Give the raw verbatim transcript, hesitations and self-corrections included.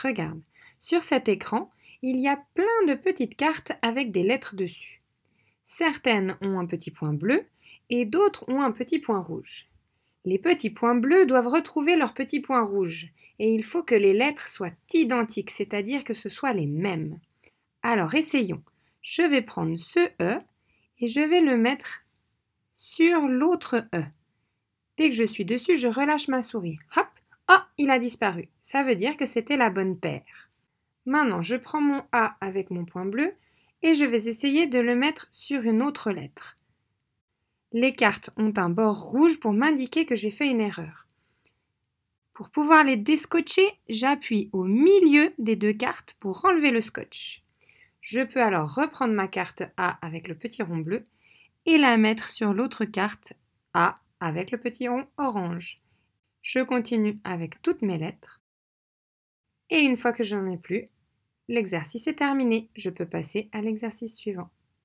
Regarde, sur cet écran, il y a plein de petites cartes avec des lettres dessus. Certaines ont un petit point bleu et d'autres ont un petit point rouge. Les petits points bleus doivent retrouver leurs petits points rouges et il faut que les lettres soient identiques, c'est-à-dire que ce soit les mêmes. Alors essayons. Je vais prendre ce E et je vais le mettre sur l'autre E. Dès que je suis dessus, je relâche ma souris. Hop! Oh, il a disparu. Ça veut dire que c'était la bonne paire. Maintenant, je prends mon A avec mon point bleu et je vais essayer de le mettre sur une autre lettre. Les cartes ont un bord rouge pour m'indiquer que j'ai fait une erreur. Pour pouvoir les descotcher, j'appuie au milieu des deux cartes pour enlever le scotch. Je peux alors reprendre ma carte A avec le petit rond bleu et la mettre sur l'autre carte A avec le petit rond orange. Je continue avec toutes mes lettres. Et une fois que j'en ai plus, l'exercice est terminé. Je peux passer à l'exercice suivant.